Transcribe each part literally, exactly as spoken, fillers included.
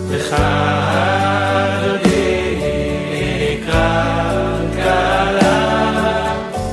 לך אדוני אקרא קלה.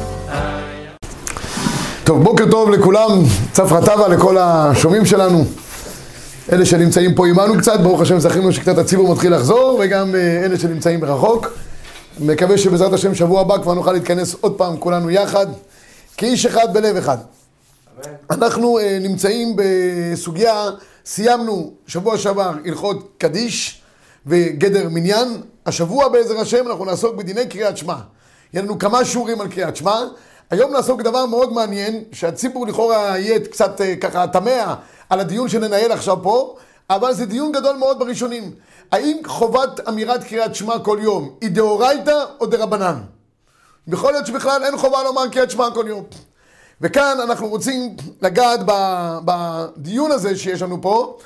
טוב, בוקר טוב לכולם, צפרא טבא לכל השומעים שלנו, אלה שנמצאים פה עמנו קצת, ברוך השם זכינו שקצת הציבור מתחיל לחזור, וגם אלה שנמצאים ברחוק. מקווה שבעזרת השם שבוע הבא כבר נוכל להתכנס עוד פעם כולנו יחד, כאיש אחד בלב אחד. אמן. אנחנו uh, נמצאים בסוגיה, סיימנו שבוע שעבר הלכות קדיש וגדר מניין. השבוע בעזר השם אנחנו נעסוק בדיני קריאת שמע. יהיה לנו כמה שיעורים על קריאת שמע. היום נעסוק דבר מאוד מעניין, שהציבור לכאורה יהיה קצת uh, ככה תמה על הדיון שננהל עכשיו פה, אבל זה דיון גדול מאוד בראשונים. האם חובת אמירת קריאת שמע כל יום היא דאורייתא או דרבנן? יכול להיות שבכלל אין חובה לומר קריאת שמע כל יום. וכאן אנחנו רוצים לגעת בדיון הזה שיש לנו פה,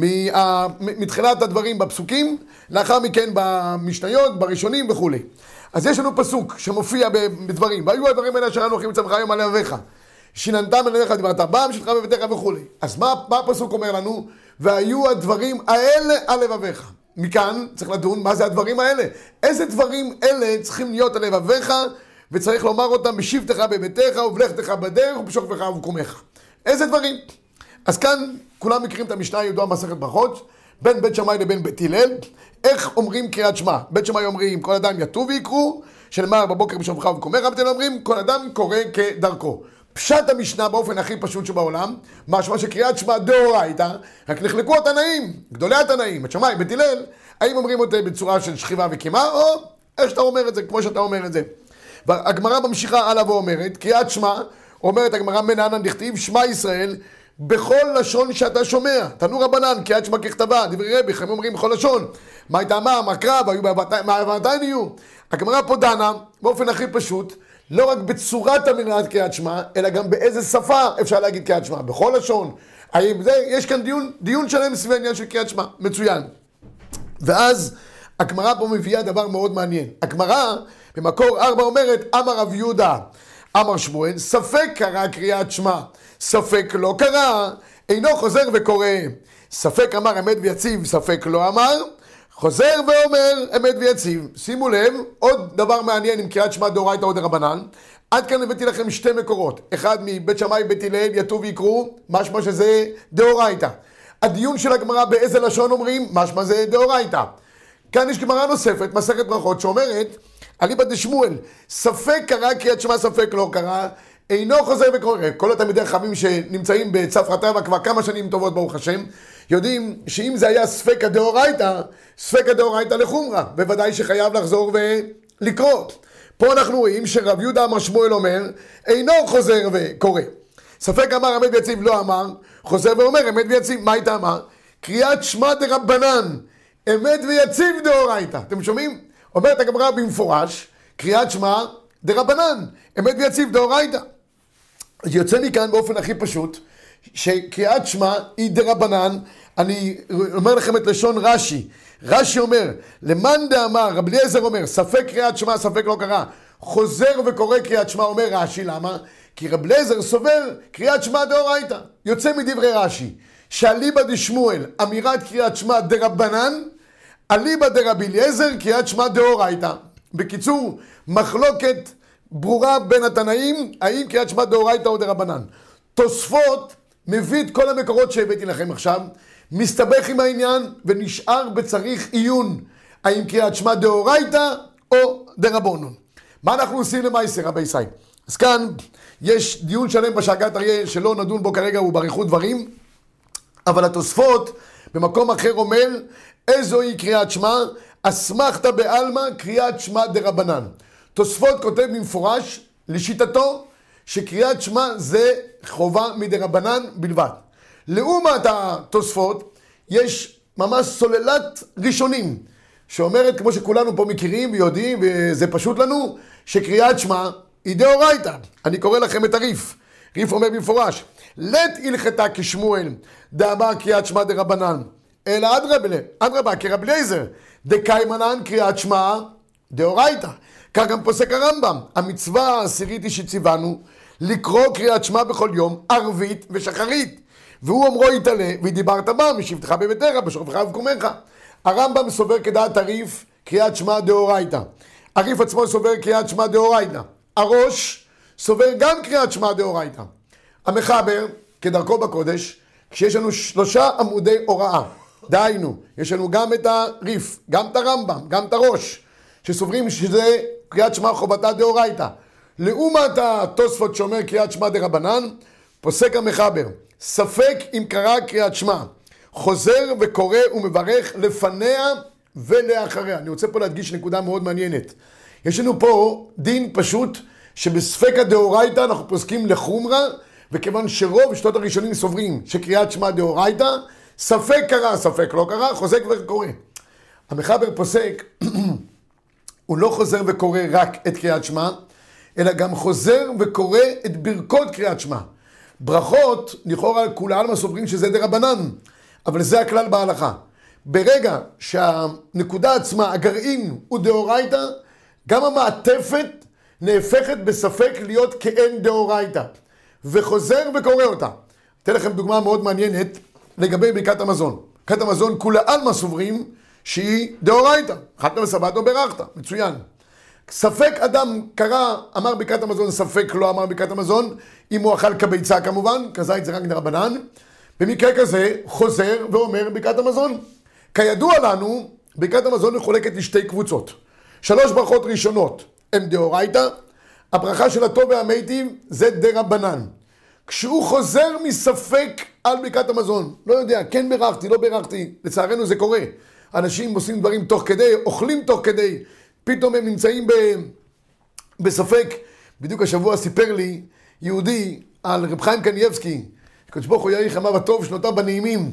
מתחילת הדברים בפסוקים, לאחר מכן במשניות, בראשונים וכו'. אז יש לנו פסוק שמופיע בדברים, והיו הדברים האלה אשר אנוכי מצווך היום על לבביך, שיננתם אל לבביך דיברת בם שלך בביתך וכו'. אז מה, מה הפסוק אומר לנו? והיו הדברים האלה על לבביך. מכאן צריך לדון מה זה הדברים האלה. איזה דברים אלה צריכים להיות על לבביך, וצריך לומר אותם בשבתך בביתך ובלכתך בדרך ובשוכבך ובקומך. איזה דברים? אז כאן כולם מכירים את המשנה הידועה מסכת ברכות, בין בית שמאי לבין בית הלל. איך אומרים קריאת שמע? בית שמאי אומרים כל אדם יתו ויקרו, שנאמר בבוקר בשוכבך ובקומך, בית הלל אומרים כל אדם קורא כדרכו. פשט המשנה באופן הכי פשוט שבעולם, משמע שקריאת שמע דאורייתא, רק נחלקו התנאים, גדולי התנאים, בית שמאי, בית הלל, האם אומרים אותה בצורה של שכיבה וקימה, או איך שאתה אומר את זה, כמו שאתה אומר את זה. והגמרא ממשיכה הלאה ואומרת, קריאת שמע, אומרת הגמרא מנהנן דכתיב, שמע ישראל, בכל לשון שאתה שומע. תנו רבנן, קריאת שמע ככתבה, דברי רבי, חכמים אומרים בכל לשון. מה הייתה מה, מה קרב, מה עדיין יהיו. הגמרא פה דנה, באופן הכי פשוט, לא רק בצורת אמירת קריאת שמע, אלא גם באיזה שפה אפשר להגיד קריאת שמע, בכל לשון. האם זה, יש כאן דיון, דיון שלם סביב העניין של קריאת שמע, מצוין. ואז הגמרא פה מביאה דבר מאוד מעניין. הגמרא במקור ארבע אומרת, אמר רב יהודה, אמר שמואל, ספק קרא קריאת שמע, ספק לא קרא, אינו חוזר וקורא. ספק אמר אמת ויציב, ספק לא אמר, חוזר ואומר אמת ויציב. שימו לב, עוד דבר מעניין עם קריאת שמע דאורייתא או דרבנן. עד כאן הבאתי לכם שתי מקורות, אחד מבית שמאי בית הלל, יתו ויקרו, משמע שזה דאורייתא. הדיון של הגמרא באיזה לשון אומרים, משמע זה דאורייתא. כאן יש גמרא נוספת, מסכת ברכות, שאומרת, אליבא דשמואל, ספק קרא קריאת שמע, ספק לא קרא, אינו חוזר וקורא. כל התלמידי החכמים שנמצאים בצפרא טבא כבר כמה שנים טובות ברוך השם, יודעים שאם זה היה ספק הדאורייתא, ספק הדאורייתא לחומרא, בוודאי שחייב לחזור ולקרוא. פה אנחנו רואים שרב יהודה אמר שמואל אומר, אינו חוזר וקורא. ספק אמר אמת ויציב לא אמר, חוזר ואומר אמת ויציב. מה הייתה אמר? קריאת שמע דרבנן, אמת ויציב דאורייתא. אתם שומעים? אומרת הגמרא במפורש, קריאת שמע דרבנן, אמת ויציב דאורייתא. יוצא מכאן באופן הכי פשוט, שקריאת שמע היא דרבנן. אני אומר לכם את לשון רש"י. רש"י אומר, למאן דאמר, רב אליעזר אומר, ספק קריאת שמע, ספק לא קרא, חוזר וקורא קריאת שמע, אומר רש"י, למה? כי רב אליעזר סובר קריאת שמע דאורייתא. יוצא מדברי רש"י, שאליבא דשמואל, אמירת קריאת שמע דרבנן, אליבא דרבי אליעזר, קריאת שמע דאורייתא. בקיצור, מחלוקת ברורה בין התנאים, האם קריאת שמע דאורייתא או דרבנן. תוספות מביא את כל המקורות שהבאתי לכם עכשיו, מסתבך עם העניין ונשאר בצריך עיון, האם קריאת שמע דאורייתא או דרבנן. מה אנחנו עושים למעשה רבי ישראל? אז כאן יש דיון שלם בשאגת אריה שלא נדון בו כרגע, הוא באריכות דברים, אבל התוספות במקום אחר אומר, איזוהי קריאת שמע? אסמכתא בעלמא קריאת שמע דרבנן. תוספות כותב במפורש לשיטתו שקריאת שמע זה חובה מדרבנן בלבד. לעומת התוספות יש ממש סוללת ראשונים שאומרת, כמו שכולנו פה מכירים ויודעים וזה פשוט לנו, שקריאת שמע היא דאורייתא. אני קורא לכם את הריף. ריף אומר במפורש, לית הלכתה כשמואל דאמר קריאת שמע דרבנן, אלא אדרבה, אדרבה כרב אליעזר דקיימנן קריאת שמע דאורייתא. כך גם פוסק הרמב"ם, המצווה העשירית היא שציוונו לקרוא קריאת שמע בכל יום, ערבית ושחרית. והוא אומרו יתעלה, ודיברת בה, משבתך בביתך, בשוכבך ובקומך. הרמב"ם סובר כדעת הריף קריאת שמע דאורייתא. הריף עצמו סובר קריאת שמע דאורייתא. הראש סובר גם קריאת שמע דאורייתא. המחבר, כדרכו בקודש, כשיש לנו שלושה עמודי הוראה, דהיינו, יש לנו גם את הריף, גם את הרמב"ם, גם את הראש, שסוברים שזה קריאת שמע חובתה דאורייתא. לעומת התוספות שאומר קריאת שמע דרבנן, פוסק המחבר, ספק אם קרא קריאת שמע, חוזר וקורא ומברך לפניה ולאחריה. אני רוצה פה להדגיש נקודה מאוד מעניינת. יש לנו פה דין פשוט שבספק הדאורייתא אנחנו פוסקים לחומרה, וכיוון שרוב שתות הראשונים סוברים שקריאת שמע דאורייתא, ספק קרא, ספק לא קרא, חוזר וקורא. המחבר פוסק, הוא לא חוזר וקורא רק את קריאת שמע, אלא גם חוזר וקורא את ברכות קריאת שמע. ברכות, לכאורה כולם סוברים שזה דרבנן, אבל זה הכלל בהלכה. ברגע שהנקודה עצמה, הגרעין הוא דאורייתא, גם המעטפת נהפכת בספק להיות כאין דאורייתא, וחוזר וקורא אותה. אתן לכם דוגמה מאוד מעניינת לגבי ברכת המזון. ברכת המזון כולה עלמא סוברים שהיא דאורייתא. אכלת ושבעת או ברכת, מצוין. ספק אדם קרא, אמר ברכת המזון, ספק לא אמר ברכת המזון, אם הוא אכל כביצה כמובן, כזית זה רק דרבנן. במקרה כזה חוזר ואומר ברכת המזון. כידוע לנו, ברכת המזון מחולקת לשתי קבוצות. שלוש ברכות ראשונות הן דאורייתא, הברכה של הטוב והמיטיב זה דרבנן. כשהוא חוזר מספק על ברכת המזון, לא יודע, כן ברכתי, לא ברכתי, לצערנו זה קורה. אנשים עושים דברים תוך כדי, אוכלים תוך כדי, פתאום הם נמצאים ב... בספק. בדיוק השבוע סיפר לי יהודי על רב חיים קניאבסקי, קדוש ברוך הוא יאריך ימיו הטוב, שנותיו בנעימים,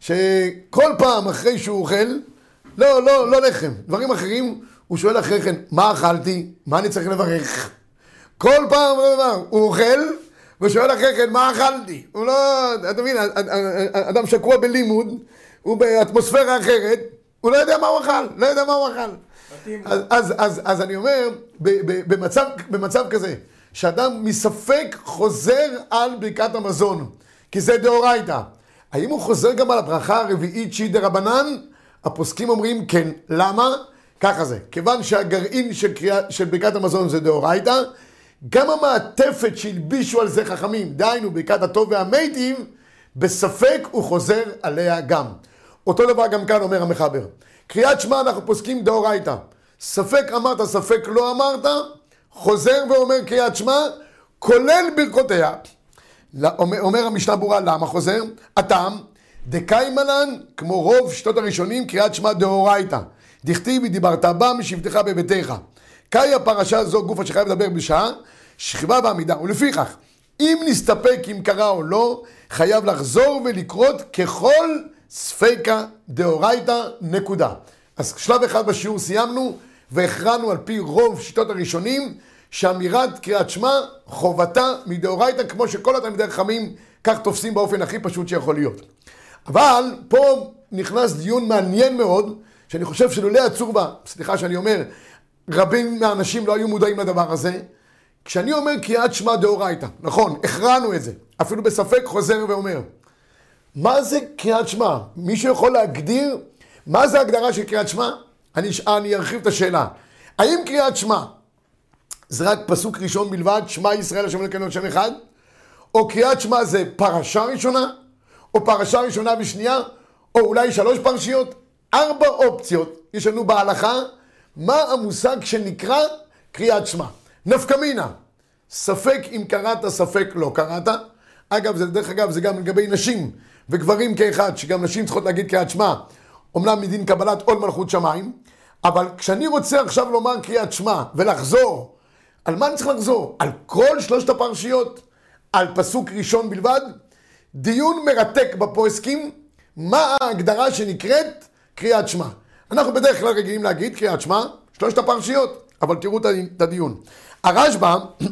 שכל פעם אחרי שהוא אוכל, לא, לא, לא לחם, דברים אחרים, הוא שואל אחרי כן, מה אכלתי? מה אני צריך לברך? כל פעם הוא אוכל, ושואל אחרי כן, מה אכלתי? הוא לא, אתה מבין, אדם שקוע בלימוד, הוא באטמוספירה אחרת, הוא לא יודע מה הוא אכל, לא יודע מה הוא אכל. אז, אז, אז, אז אני אומר, במצב, במצב כזה, שאדם מספק חוזר על ברכת המזון, כי זה דאורייתא. האם הוא חוזר גם על הברכה הרביעית שהיא דרבנן? הפוסקים אומרים כן. למה? ככה זה. כיוון שהגרעין של, קריאה, של ברכת המזון זה דאורייתא, גם המעטפת שהלבישו על זה חכמים, דהיינו ברכת הטוב והמיטיב, בספק הוא חוזר עליה גם. אותו דבר גם כאן אומר המחבר. קריאת שמע אנחנו פוסקים דאורייתא. ספק אמרת, ספק לא אמרת, חוזר ואומר קריאת שמע, כולל ברכותיה. אומר, אומר המשנה ברורה, למה חוזר? הטעם, דקיימא לן, כמו רוב שתות הראשונים, קריאת שמע דאורייתא. דכתיב דיברת בה משבתך בביתך. קאי הפרשה זו גופה שחייב לדבר בשעה, שכיבה בעמידה. ולפיכך, אם נסתפק אם קרא או לא, חייב לחזור ולקרות ככל ספיקה דאורייתא נקודה. אז שלב אחד בשיעור סיימנו, והכרענו על פי רוב שיטות הראשונים, שאמירת קריאת שמע חובתה מדאורייתא, כמו שכל התלמידי החכמים כך תופסים באופן הכי פשוט שיכול להיות. אבל פה נכנס דיון מעניין מאוד, שאני חושב שלולא הצורבה, סליחה שאני אומר, רבים מהאנשים לא היו מודעים לדבר הזה. כשאני אומר קריאת שמע דאורייתא, נכון, הכרענו את זה, אפילו בספק חוזר ואומר, מה זה קריאת שמע? מישהו יכול להגדיר מה זה ההגדרה של קריאת שמע? אני, אני ארחיב את השאלה. האם קריאת שמע זה רק פסוק ראשון בלבד, שמע ישראל השם אלוקינו שם אחד? או קריאת שמע זה פרשה ראשונה? או פרשה ראשונה ושנייה? או אולי שלוש פרשיות? ארבע אופציות יש לנו בהלכה. מה המושג שנקרא קריאת שמע? נפקא מינה. ספק אם קראת, ספק לא קראת. אגב, זה דרך אגב, זה גם לגבי נשים וגברים כאחד, שגם נשים צריכות להגיד קריאת שמע, אומנם מדין קבלת עול מלכות שמיים, אבל כשאני רוצה עכשיו לומר קריאת שמע ולחזור, על מה אני צריך לחזור? על כל שלושת הפרשיות? על פסוק ראשון בלבד? דיון מרתק בפוסקים, מה ההגדרה שנקראת קריאת שמע? אנחנו בדרך כלל רגילים להגיד קריאת שמע, שלושת הפרשיות, אבל תראו את הדיון. הרשב"א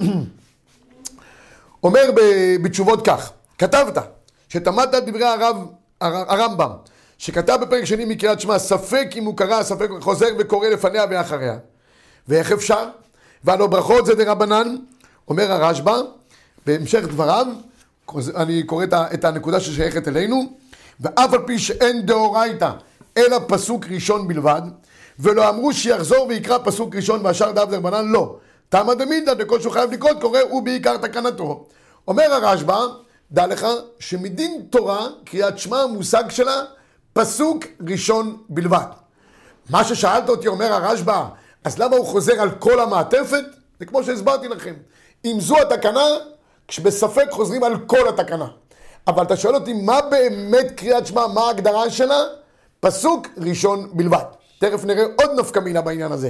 אומר בתשובות כך, כתבת שתמת על דברי הרב, הרמב"ם, שכתב בפרק שני מקריאת שמע, ספק אם הוא קרא, ספק חוזר וקורא לפניה ואחריה. ואיך אפשר? והלא ברכות זה דרבנן, אומר הרשב"א, בהמשך דבריו, אני קורא את הנקודה ששייכת אלינו, ואף על פי שאין דאורייתא, אלא פסוק ראשון בלבד, ולא אמרו שיחזור ויקרא פסוק ראשון והשאר דאב דרבנן, לא. תמא דמילתא דכל שהוא חייב לקרות קורא ובעיקר תקנתו. אומר הרשב"א, דע לך שמדין תורה קריאת שמע המושג שלה פסוק ראשון בלבד. מה ששאלת אותי, אומר הרשב"א, אז למה הוא חוזר על כל המעטפת? זה כמו שהסברתי לכם, אם זו התקנה, כשבספק חוזרים על כל התקנה. אבל אתה שואל אותי מה באמת קריאת שמע, מה ההגדרה שלה? פסוק ראשון בלבד. תכף נראה עוד נפקא מינה בעניין הזה.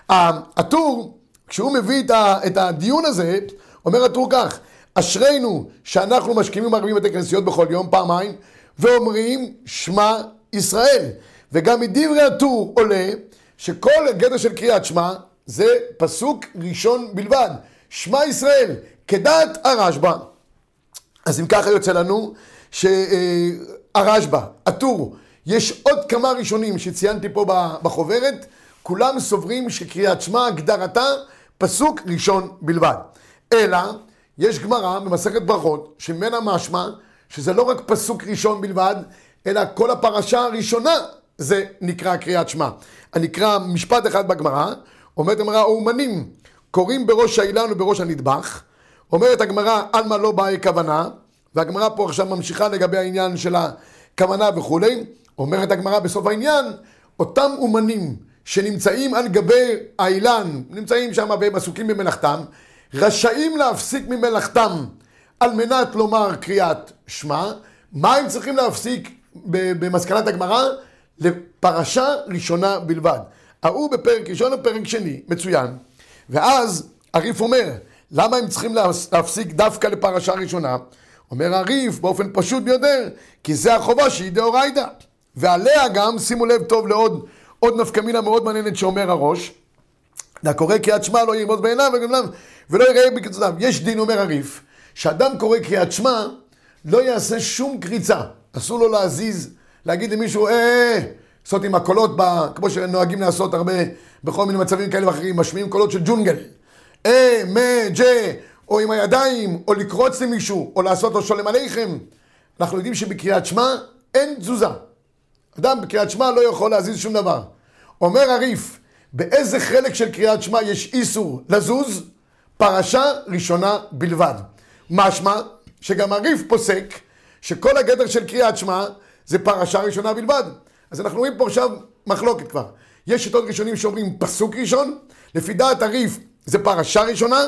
הטור, כשהוא מביא את הדיון הזה, אומר הטור כך, אשרינו שאנחנו משכימים ומרבים בתי כנסיות בכל יום פעמיים, ואומרים שמע ישראל. וגם מדברי הטור עולה שכל הגדר של קריאת שמע זה פסוק ראשון בלבד. שמע ישראל, כדעת הרשב"א. אז אם ככה יוצא לנו שהרשב"א, הטור, יש עוד כמה ראשונים שציינתי פה בחוברת, כולם סוברים שקריאת שמע הגדרתה פסוק ראשון בלבד. אלא יש גמרא במסכת ברכות שממנה משמע שזה לא רק פסוק ראשון בלבד, אלא כל הפרשה הראשונה זה נקרא קריאת שמע. אני אקרא משפט אחד בגמרא, אומרת הגמרא, האומנים קוראים בראש האילן ובראש הנדבך, אומרת הגמרא, עלמא לא באי כוונה, והגמרא פה עכשיו ממשיכה לגבי העניין של הכוונה וכו'. אומרת הגמרא בסוף העניין, אותם אומנים שנמצאים על גבי האילן, נמצאים שם במסוקים במלאכתם, רשאים להפסיק ממלאכתם על מנת לומר קריאת שמע. מה הם צריכים להפסיק במסקנת הגמרא? לפרשה ראשונה בלבד. ההוא בפרק ראשון ופרק שני, מצוין. ואז הריף אומר, למה הם צריכים להפסיק דווקא לפרשה ראשונה? אומר הריף באופן פשוט ביותר, כי זה החובה שהיא דאורייתא. ועליה גם, שימו לב טוב לעוד עוד נפקא מינה מאוד מעניינת שאומר הראש, הקורא קריאת שמע לא ירמוז בעיניו ולא יראה בקצותיו. יש דין, אומר הריף, שאדם קורא קריאת שמע לא יעשה שום קריצה. אסור לו להזיז, להגיד למישהו, אה, לעשות עם הקולות, כמו שנוהגים לעשות הרבה בכל מיני מצבים כאלה ואחרים, משמיעים קולות של ג'ונגל. אה, מה, ג'ה, או עם הידיים, או לקרוץ למישהו, או לעשות לו שולם עליכם. אנחנו יודעים שבקריאת שמע אין תזוזה. אדם בקריאת שמע לא יכול להזיז שום דבר. אומר הריף, באיזה חלק של קריאת שמע יש איסור לזוז? פרשה ראשונה בלבד. משמע שגם הריף פוסק שכל הגדר של קריאת שמע זה פרשה ראשונה בלבד. אז אנחנו רואים פה עכשיו מחלוקת כבר. יש שיטות ראשונים שאומרים פסוק ראשון, לפי דעת הריף זה פרשה ראשונה,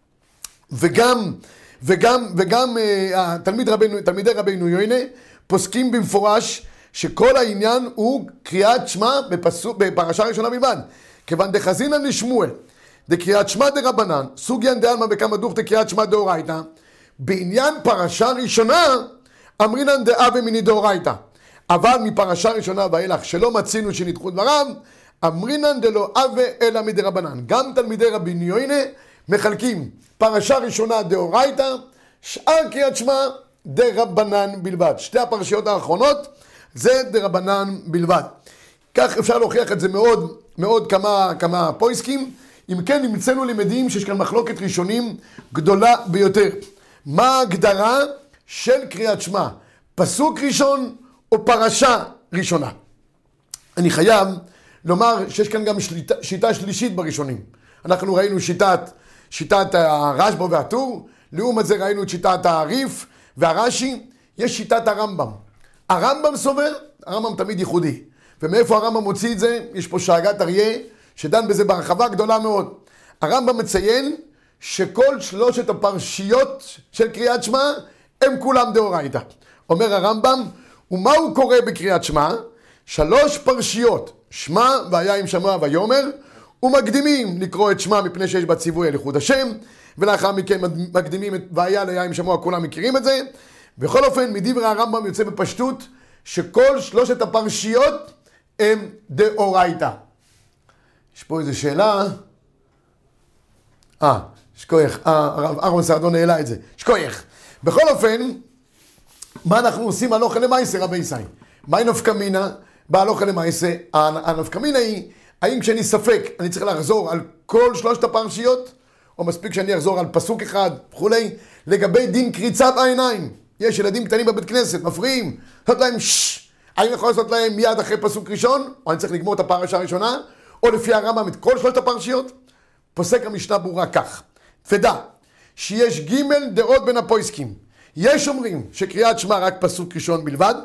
וגם, וגם, וגם uh, תלמיד רבינו, תלמידי רבינו יוינה פוסקים במפורש שכל העניין הוא קריאת שמע בפסוק, בפרשה ראשונה בלבד. כיוון דחזינן לשמואל, דקריאת שמע דרבנן, סוגיין דעלמא בכמה דוך דקריאת שמע דאורייתא, בעניין פרשה ראשונה, אמרינן דאבה מיני דאורייתא. אבל מפרשה ראשונה ואילך שלא מצינו שנדחו דבריו, אמרינן דלא אבה אלא מדרבנן. גם תלמידי רבי יוינה מחלקים פרשה ראשונה דאורייתא, שאר קריאת שמע דרבנן בלבד. שתי הפרשיות האחרונות זה דרבנן בלבד. כך אפשר להוכיח את זה מאוד, מאוד כמה, כמה פויסקים. אם כן, נמצאנו למדים שיש כאן מחלוקת ראשונים גדולה ביותר. מה ההגדרה של קריאת שמע? פסוק ראשון או פרשה ראשונה? אני חייב לומר שיש כאן גם שליטה, שיטה שלישית בראשונים. אנחנו ראינו שיטת, שיטת הרשב"א והטור, לעומת זה ראינו את שיטת הריף והרש"י. יש שיטת הרמב"ם. הרמב"ם סובר, הרמב"ם תמיד ייחודי. ומאיפה הרמב"ם מוציא את זה? יש פה שאגת אריה שדן בזה בהרחבה גדולה מאוד. הרמב"ם מציין שכל שלושת הפרשיות של קריאת שמע הם כולם דאורייתא. אומר הרמב"ם, ומה הוא קורא בקריאת שמע? שלוש פרשיות, שמע והיה עם שמוע ויאמר, ומקדימים לקרוא את שמע מפני שיש בה ציווי על ייחוד השם, ולאחר מכן מקדימים את והיה היה עם שמוע, כולם מכירים את זה. בכל אופן, מדברי הרמב"ם יוצא בפשטות שכל שלושת הפרשיות הם דאורייתא. יש פה איזו שאלה. אה, שכוייך. הרב אהרון סעדון העלה את זה. שכוייך. בכל אופן, מה אנחנו עושים הלכה למעשה, רבי ישי? מהי נפקא מינה בהלכה למעשה? הנפקא מינה היא, האם כשאני ספק, אני צריך לחזור על כל שלושת הפרשיות, או מספיק שאני אחזור על פסוק אחד וכולי? לגבי דין קריצה בעיניים. יש ילדים קטנים בבית כנסת, מפריעים, זאת להם ששש. האם אני יכול לעשות להם מיד אחרי פסוק ראשון, או אני צריך לגמור את הפרשה הראשונה, או לפי הרמב"ם את כל שלושת הפרשיות? פוסק המשנה ברורה כך, תדע שיש ג' דעות בין הפויסקים. יש אומרים שקריאת שמע רק פסוק ראשון בלבד,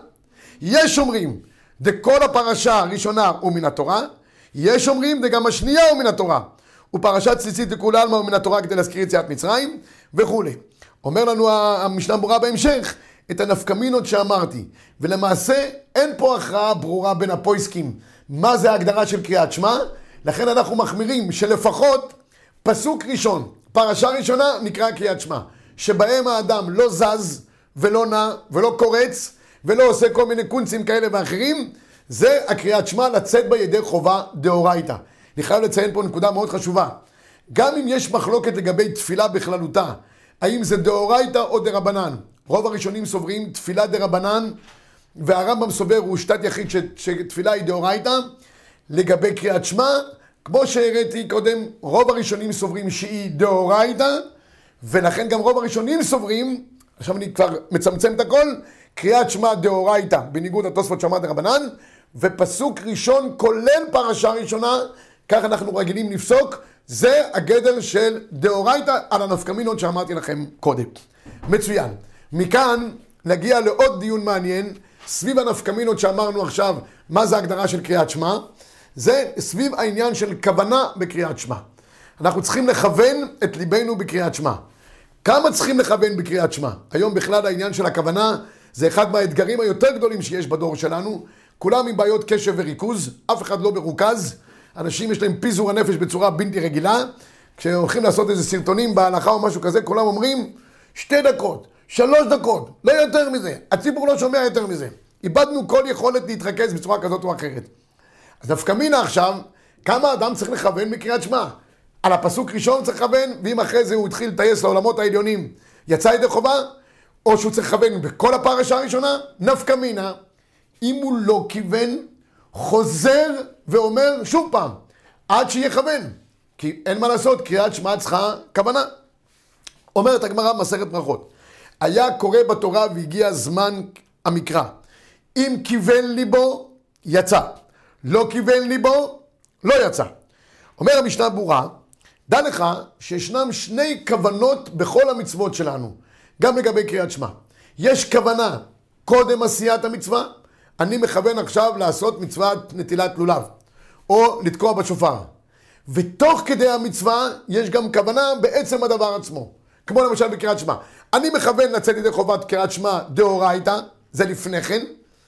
יש אומרים דכל הפרשה הראשונה הוא מן התורה, יש אומרים דגם השנייה הוא מן התורה, ופרשת ציצית לכולי עלמא הוא מן התורה כדי להזכיר יציאת מצרים וכו'. אומר לנו המשנה ברורה בהמשך את הנפקמינות שאמרתי, ולמעשה אין פה הכרעה ברורה בין הפויסקים מה זה ההגדרה של קריאת שמע, לכן אנחנו מחמירים שלפחות פסוק ראשון, פרשה ראשונה נקרא קריאת שמע, שבהם האדם לא זז ולא נע ולא קורץ ולא עושה כל מיני קונצים כאלה ואחרים, זה הקריאת שמע לצאת בה ידי חובה דאורייתא. אני חייב לציין פה נקודה מאוד חשובה, גם אם יש מחלוקת לגבי תפילה בכללותה, האם זה דאורייתא או דרבנן, רוב הראשונים סוברים תפילה דרבנן, והרמב"ם סובר הוא שתת יחיד שתפילה היא דאורייתא. לגבי קריאת שמע, כמו שהראיתי קודם, רוב הראשונים סוברים שהיא דאורייתא, ולכן גם רוב הראשונים סוברים, עכשיו אני כבר מצמצם את הכל, קריאת שמע דאורייתא, בניגוד לתוספות שאמר דרבנן, ופסוק ראשון כולל פרשה ראשונה, כך אנחנו רגילים לפסוק, זה הגדר של דאורייתא על הנפקמינות שאמרתי לכם קודם. מצוין. מכאן נגיע לעוד דיון מעניין, סביב הנפקמינות שאמרנו עכשיו, מה זה הגדרה של קריאת שמע, זה סביב העניין של כוונה בקריאת שמע. אנחנו צריכים לכוון את ליבנו בקריאת שמע. כמה צריכים לכוון בקריאת שמע? היום בכלל העניין של הכוונה זה אחד מהאתגרים היותר גדולים שיש בדור שלנו. כולם עם בעיות קשב וריכוז, אף אחד לא מרוכז. אנשים יש להם פיזור הנפש בצורה בלתי רגילה. כשהולכים לעשות איזה סרטונים בהלכה או משהו כזה, כולם אומרים שתי דקות, שלוש דקות, לא יותר מזה. הציבור לא שומע יותר מזה. איבדנו כל יכולת להתרכז בצורה כזאת או אחרת. אז דווקא מינה עכשיו, כמה אדם צריך לכוון בקריאת שמע? על הפסוק ראשון צריך לכוון, ואם אחרי זה הוא התחיל לטייס לעולמות העליונים, יצא ידי חובה, או שהוא צריך לכוון בכל הפרשה הראשונה, נפקא מינה, אם הוא לא כיוון, חוזר ואומר שוב פעם, עד שיכוון, כי אין מה לעשות, קריאת שמע צריכה כוונה. אומרת הגמרא במסכת ברכות, היה קורא בתורה והגיע זמן המקרא, אם כיוון ליבו, יצא, לא כיוון ליבו, לא יצא. אומר המשנה ברורה, דע לך שישנם שני כוונות בכל המצוות שלנו, גם לגבי קריאת שמע. יש כוונה קודם עשיית המצווה, אני מכוון עכשיו לעשות מצוות נטילת לולב, או לתקוע בשופר. ותוך כדי המצווה יש גם כוונה בעצם הדבר עצמו. כמו למשל בקריאת שמע. אני מכוון לצאת ידי חובת קריאת שמע דאורייתא, זה לפני כן,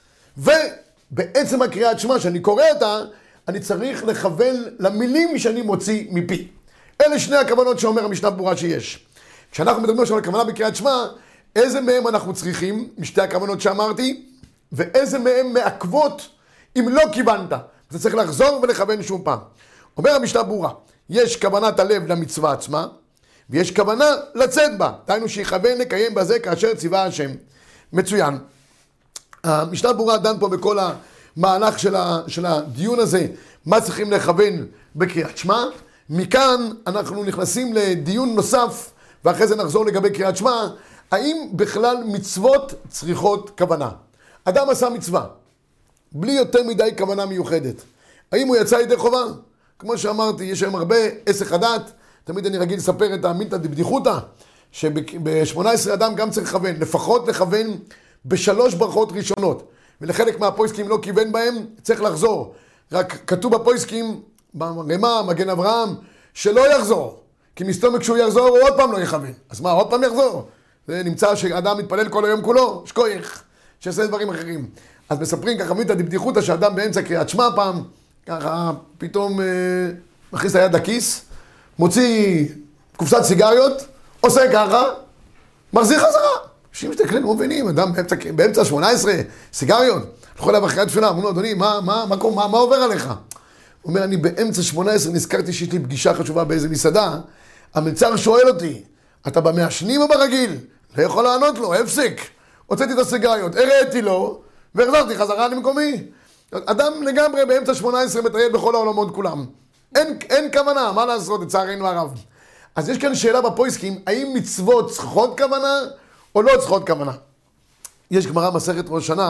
ובעצם הקריאת שמע שאני קורא אותה, אני צריך לכוון למילים שאני מוציא מפי. אלה שני הכוונות שאומר המשנה ברורה שיש. כשאנחנו מדברים עכשיו על הכוונה בקריאת שמע, איזה מהם אנחנו צריכים, משתי הכוונות שאמרתי, ואיזה מהם מעכבות אם לא כיוונת. אתה צריך לחזור ולכוון שוב פעם. אומר המשנה ברורה, יש כוונת הלב למצווה עצמה, ויש כוונה לצאת בה. דהיינו שיכוון לקיים בזה כאשר ציווה השם. מצוין. המשנה ברורה דן פה בכל המהלך של, ה, של הדיון הזה, מה צריכים לכוון בקריאת שמע. מכאן אנחנו נכנסים לדיון נוסף, ואחרי זה נחזור לגבי קריאת שמע, האם בכלל מצוות צריכות כוונה? אדם עשה מצווה, בלי יותר מדי כוונה מיוחדת. האם הוא יצא ידי חובה? כמו שאמרתי, יש היום הרבה עסק הדעת, תמיד אני רגיל לספר את המילתא דבדיחותא, שב-שמונה עשרה אדם גם צריך לכוון, לפחות לכוון בשלוש ברכות ראשונות, ולחלק מהפויסקים לא כיוון בהם, צריך לחזור. רק כתוב בפויסקים, ברמה, מגן אברהם, שלא יחזור, כי מסתום כשהוא יחזור הוא עוד פעם לא יכוון. אז מה, עוד פעם יחזור? זה נמצא שאדם מתפלל כל היום כולו, שכוייך, שעושה דברים אחרים. אז מספרים ככה מילתא דבדיחותא, שאדם באמצע קריאת שמע פעם, ככה פתאום אה, מכניס את היד לכיס, מוציא קופסת סיגריות, עושה ככה, מחזיר חזרה. אנשים מסתכלים, לא מבינים, אדם באמצע, באמצע שמונה עשרה, סיגריות, הלכו אליו אחרי התפילה, אמרו לו, אדוני, מה, מה, מה, מה, מה עובר עליך? הוא אומר, אני באמצע שמונה עשרה נזכרתי שיש לי פגישה חשובה באיזה מסעדה, המלצר שואל אותי, אתה במעשנים או ברגיל? לא יכול לענות לו, הפסק. הוצאתי את הסיגריות, הראיתי לו, והחזרתי חזרה למקומי. אדם לגמרי באמצע שמונה עשרה מטייל בכל העולמות כולם. אין, אין כוונה, מה לעשות, לצערנו הרב. אז יש כאן שאלה בפויסקים, האם מצוות צריכות כוונה או לא צריכות כוונה? יש גמרא מסכת ראש שנה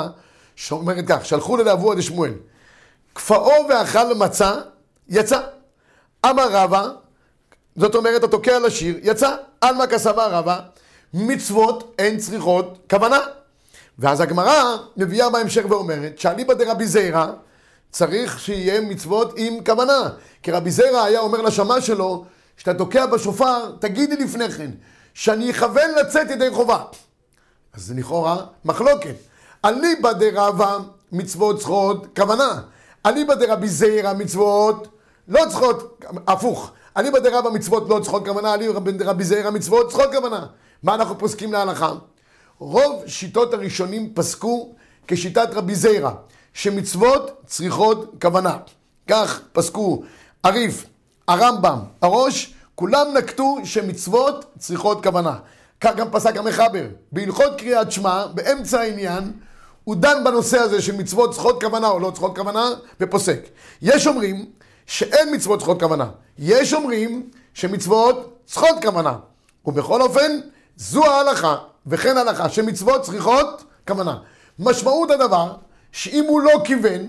שאומרת כך, שלחו ללאבו עד שמואל, כפאו ואכל מצה, יצא. אמר רבא, זאת אומרת, התוקע לשיר, יצא. עלמא כסבר רבא, מצוות אין צריכות כוונה. ואז הגמרא מביאה בהמשך ואומרת, שאליבא דרבי זיירא, צריך שיהיה מצוות עם כוונה. כי רבי זיירא היה אומר לשמה שלו, שאתה תוקע בשופר, תגידי לפני כן, שאני אכוון לצאת ידי חובה. אז זה לכאורה מחלוקת. אליבא דרבא מצוות צריכות כוונה. אליבא דרבי זיירא מצוות לא צריכות, הפוך. אליבא דרבא מצוות לא צריכות כוונה, אליבא דרבי זיירא מצוות צריכות כוונה. מה אנחנו פוסקים להלכה? רוב שיטות הראשונים פסקו כשיטת רבי זיירא, שמצוות צריכות כוונה. כך פסקו הריף, הרמב"ם, הראש, כולם נקטו שמצוות צריכות כוונה. כך גם פסק המחבר. בהלכות קריאת שמע, באמצע העניין, הוא דן בנושא הזה של מצוות צריכות כוונה או לא צריכות כוונה, ופוסק. יש אומרים שאין מצוות צריכות כוונה. יש אומרים שמצוות צריכות כוונה. ובכל אופן, זו ההלכה, וכן ההלכה, שמצוות צריכות כוונה. משמעות הדבר, שאם הוא לא כיוון,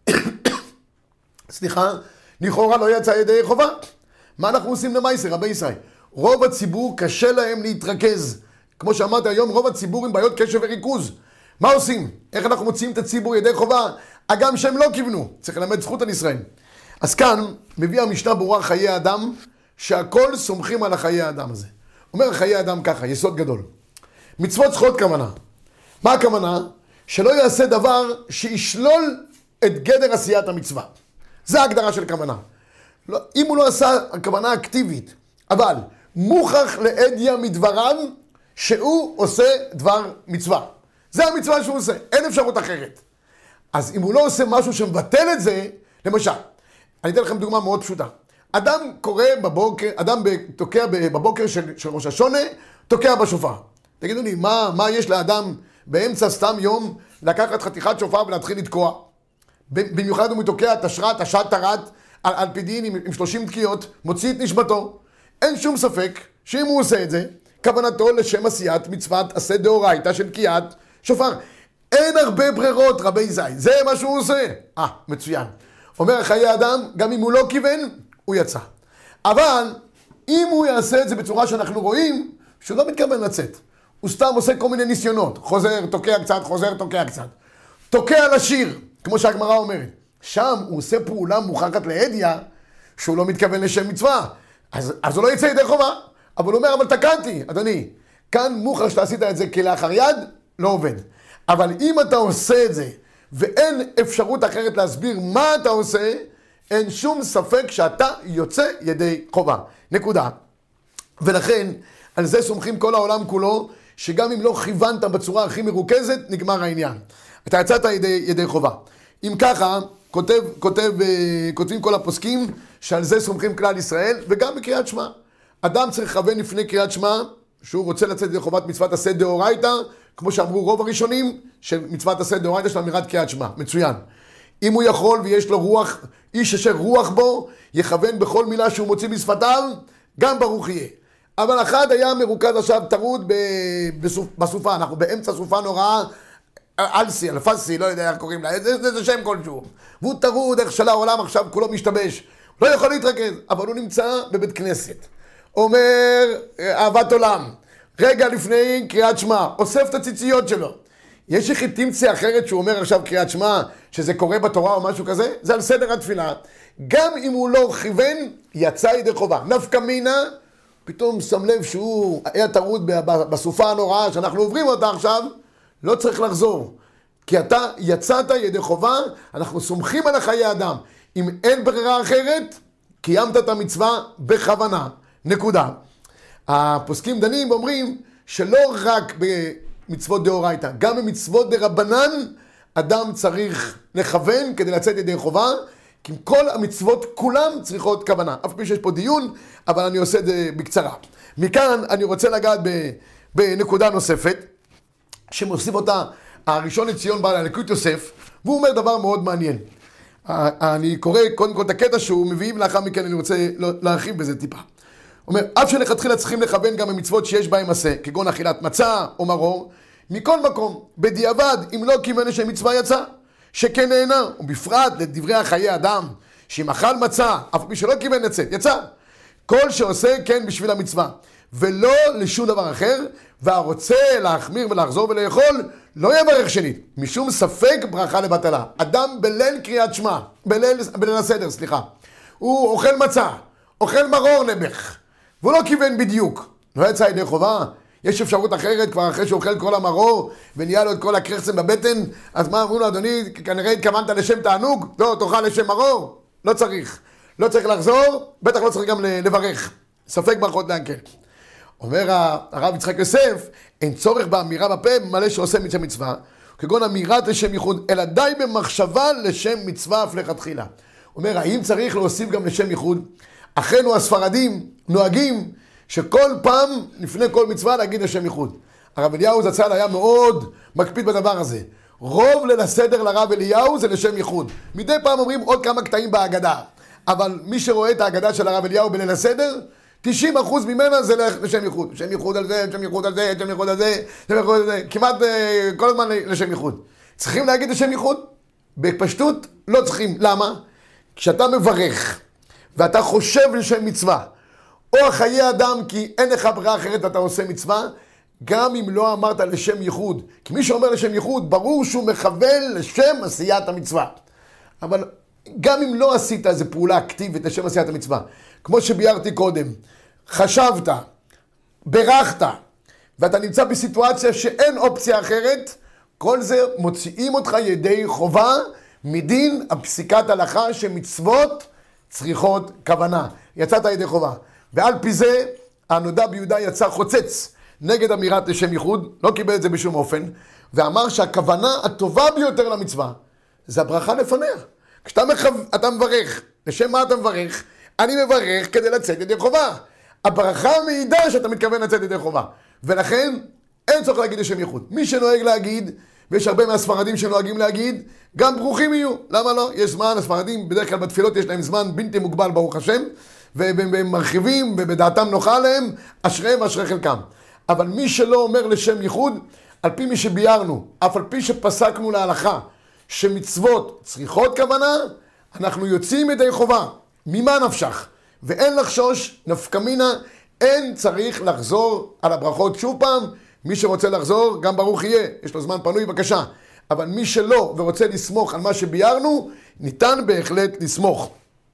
סליחה, לכאורה לא יצא ידי חובה. מה אנחנו עושים למעשה, רבי ישראל? רוב הציבור קשה להם להתרכז. כמו שאמרתי היום, רוב הציבור עם בעיות קשב וריכוז. מה עושים? איך אנחנו מוציאים את הציבור ידי חובה? אגם שהם לא כיוונו. צריך ללמד זכות על ישראל. אז כאן מביא המשנה ברורה חיי האדם, שהכל סומכים על החיי האדם הזה. אומר חיי האדם ככה, יסוד גדול. מצוות צריכות כוונה. מה הכוונה? שלא יעשה דבר שישלול את גדר עשיית המצווה. זה ההגדרה של כוונה. לא, אם הוא לא עשה הכוונה אקטיבית, אבל מוכח לעדיה מדבריו שהוא עושה דבר מצווה. זה המצווה שהוא עושה, אין אפשרות אחרת. אז אם הוא לא עושה משהו שמבטל את זה, למשל, אני אתן לכם דוגמה מאוד פשוטה. אדם קורא בבוקר, אדם תוקע בבוקר של, של ראש השונה, תוקע בשופר. תגידו לי, מה, מה יש לאדם באמצע סתם יום לקחת חתיכת שופר ולהתחיל לתקוע? במיוחד הוא מתוקע תשרת, תשת תרת, על, על פי דין עם, עם שלושים תקיעות, מוציא את נשמתו. אין שום ספק שאם הוא עושה את זה, כוונתו לשם עשיית מצוות עשה דאורייתא של תקיעת שופר. אין הרבה ברירות, רבי זי, זה מה שהוא עושה. אה, מצוין. אומר חיי האדם, גם אם הוא לא כיוון, הוא יצא. אבל אם הוא יעשה את זה בצורה שאנחנו רואים, שהוא לא מתכוון לצאת. הוא סתם עושה כל מיני ניסיונות. חוזר, תוקע קצת, חוזר, תוקע קצת. תוקע לשיר, כמו שהגמרא אומרת. שם הוא עושה פעולה מוכחת להדיה, שהוא לא מתכוון לשם מצווה. אז, אז הוא לא יצא ידי חובה. אבל הוא אומר, אבל תקעתי, אדוני. כאן מוכח שאתה עשית את זה כלאחר יד, לא עובד. אבל אם אתה עושה את זה, ואין אפשרות אחרת להסביר מה אתה עושה, אין שום ספק שאתה יוצא ידי חובה. נקודה. ולכן, על זה סומכים כל העולם כולו, שגם אם לא כיוונת בצורה הכי מרוכזת, נגמר העניין. אתה יצאת ידי, ידי חובה. אם ככה, כותב, כותב, כותבים כל הפוסקים, שעל זה סומכים כלל ישראל, וגם בקריאת שמע. אדם צריך לכוון לפני קריאת שמע, שהוא רוצה לצאת ידי חובת מצוות עשה דאורייתא, כמו שאמרו רוב הראשונים, שמצוות עשה דאורייתא של אמירת קריאת שמע. מצוין. אם הוא יכול ויש לו רוח, איש אשר רוח בו, יכוון בכל מילה שהוא מוציא בשפתיו, גם ברוך יהיה. אבל אחד היה מרוכז עכשיו טרוד בסופה, אנחנו באמצע סופה נוראה, אלסי, אלפסי, לא יודע איך קוראים לה, זה, זה, זה שם כלשהו. והוא טרוד, איך של העולם עכשיו כולו משתבש. לא יכול להתרכז, אבל הוא נמצא בבית כנסת. אומר אהבת עולם, רגע לפני קריאת שמע, אוסף את הציציות שלו. יש איך תמצא אחרת שהוא אומר עכשיו קריאת שמע, שזה קורה בתורה או משהו כזה? זה על סדר התפילה. גם אם הוא לא כיוון, יצא ידי חובה. נפקא מינה, פתאום שם לב שהוא היה טרוד בסופה הנוראה שאנחנו עוברים אותה עכשיו, לא צריך לחזור. כי אתה יצאת ידי חובה, אנחנו סומכים על החיי אדם. אם אין ברירה אחרת, קיימת את המצווה בכוונה. נקודה. הפוסקים דנים ואומרים שלא רק במצוות דאורייתא, גם במצוות דרבנן, אדם צריך לכוון כדי לצאת ידי חובה, כי כל המצוות כולם צריכות כוונה. אף פעם שיש פה דיון, אבל אני עושה את זה בקצרה. מכאן אני רוצה לגעת בנקודה נוספת, שמוסיף אותה הראשון לציון בעל הליקוט יוסף, והוא אומר דבר מאוד מעניין. אני קורא קודם כל את הקטע שהוא מביא, ולאחר מכן אני רוצה להרחיב בזה טיפה. הוא אומר, אף שלכתחילה צריכים לכוון גם במצוות שיש בהם עשה, כגון אכילת מצה או מרור, מכל מקום, בדיעבד, אם לא כיוון לשם מצווה יצא, שכן נהנה, ובפרט לדברי החיי אדם, שאם אכל מצה, אף מי שלא כיוון לצאת, יצא. כל שעושה כן בשביל המצווה, ולא לשום דבר אחר, והרוצה להחמיר ולחזור ולאכול, לא יברך שנית, משום ספק ברכה לבטלה. אדם בליל קריאת שמע, בליל, בליל הסדר, סליחה, הוא אוכל מצה, אוכל מרור נעבך, והוא לא כיוון בדיוק, לא יצא ידי חובה. יש אפשרות אחרת, כבר אחרי שהוא אוכל כל המרור, ונהיה לו את כל הקרחצן בבטן, אז מה אמרו לו, אדוני, כנראה התכוונת לשם תענוג? לא, תאכל לשם מרור? לא צריך. לא צריך לחזור, בטח לא צריך גם לברך. ספק ברכות להנקל. אומר הרב יצחק יוסף, אין צורך באמירה בפה מלא שעושה מצווה מצווה, כגון אמירת לשם ייחוד, אלא די במחשבה לשם מצווה אף לכתחילה. אומר, האם צריך להוסיף גם לשם ייחוד? אחינו הספרדים נוהגים שכל פעם לפני כל מצווה להגיד לשם ייחוד. הרב אליהו זצ"ל היה מאוד מקפיד בדבר הזה. רוב ליל הסדר לרב אליהו זה לשם ייחוד. מדי פעם אומרים עוד כמה קטעים בהגדה. אבל מי שרואה את ההגדה של הרב אליהו בליל הסדר, תשעים אחוז ממנה זה לשם ייחוד. לשם ייחוד על זה, לשם ייחוד על זה, לשם ייחוד על זה, לשם ייחוד על זה. כמעט כל הזמן לשם ייחוד. צריכים להגיד לשם ייחוד? בפשטות לא צריכים. למה? כשאתה מברך ואתה חושב לשם מצווה, או חיי אדם כי אין לך ברירה אחרת אתה עושה מצווה, גם אם לא אמרת לשם ייחוד. כי מי שאומר לשם ייחוד, ברור שהוא מכוון לשם עשיית המצווה. אבל גם אם לא עשית איזו פעולה אקטיבית לשם עשיית המצווה, כמו שביארתי קודם, חשבת, ברכת, ואתה נמצא בסיטואציה שאין אופציה אחרת, כל זה מוציאים אותך ידי חובה מדין הפסיקת הלכה שמצוות צריכות כוונה. יצאת ידי חובה. ועל פי זה, הנודע ביהודה יצא חוצץ נגד אמירת לשם ייחוד, לא קיבל את זה בשום אופן, ואמר שהכוונה הטובה ביותר למצווה, זה הברכה לפניה. כשאתה מחו... אתה מברך, לשם מה אתה מברך? אני מברך כדי לצאת ידי חובה. הברכה מעידה שאתה מתכוון לצאת ידי חובה. ולכן, אין צורך להגיד לשם ייחוד. מי שנוהג להגיד, ויש הרבה מהספרדים שנוהגים להגיד, גם ברוכים יהיו. למה לא? יש זמן, הספרדים בדרך כלל בתפילות יש להם זמן בלתי מוגבל ברוך השם, והם מרחיבים ובדעתם נוחה להם, אשריהם ואשרי חלקם. אבל מי שלא אומר לשם ייחוד, על פי מי שביארנו, אף על פי שפסקנו להלכה, שמצוות צריכות כוונה, אנחנו יוצאים ידי חובה. ממה נפשך? ואין לחשוש, נפקא מינה, אין צריך לחזור על הברכות שוב פעם. מי שרוצה לחזור, גם ברוך יהיה, יש לו זמן פנוי, בבקשה. אבל מי שלא ורוצה לסמוך על מה שביארנו, ניתן בהחלט לסמוך.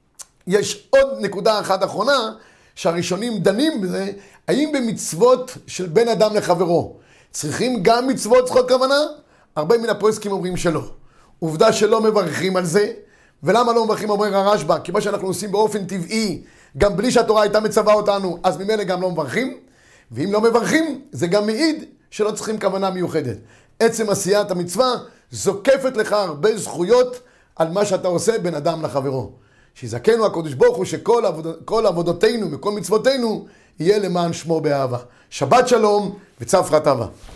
יש עוד נקודה אחת אחרונה, שהראשונים דנים בזה, האם במצוות של בן אדם לחברו, צריכים גם מצוות צריכות כוונה? הרבה מן הפוסקים אומרים שלא. עובדה שלא מברכים על זה, ולמה לא מברכים אומר הרשב"א? כי מה שאנחנו עושים באופן טבעי, גם בלי שהתורה הייתה מצווה אותנו, אז ממילא גם לא מברכים, ואם לא מברכים, זה גם מעיד שלא צריכים כוונה מיוחדת. עצם עשיית המצווה זוקפת לך הרבה זכויות על מה שאתה עושה בין אדם לחברו. שיזכנו הקדוש ברוך הוא שכל עבוד, כל עבודותינו וכל מצוותינו יהיה למען שמו באהבה. שבת שלום וצפרא טבא.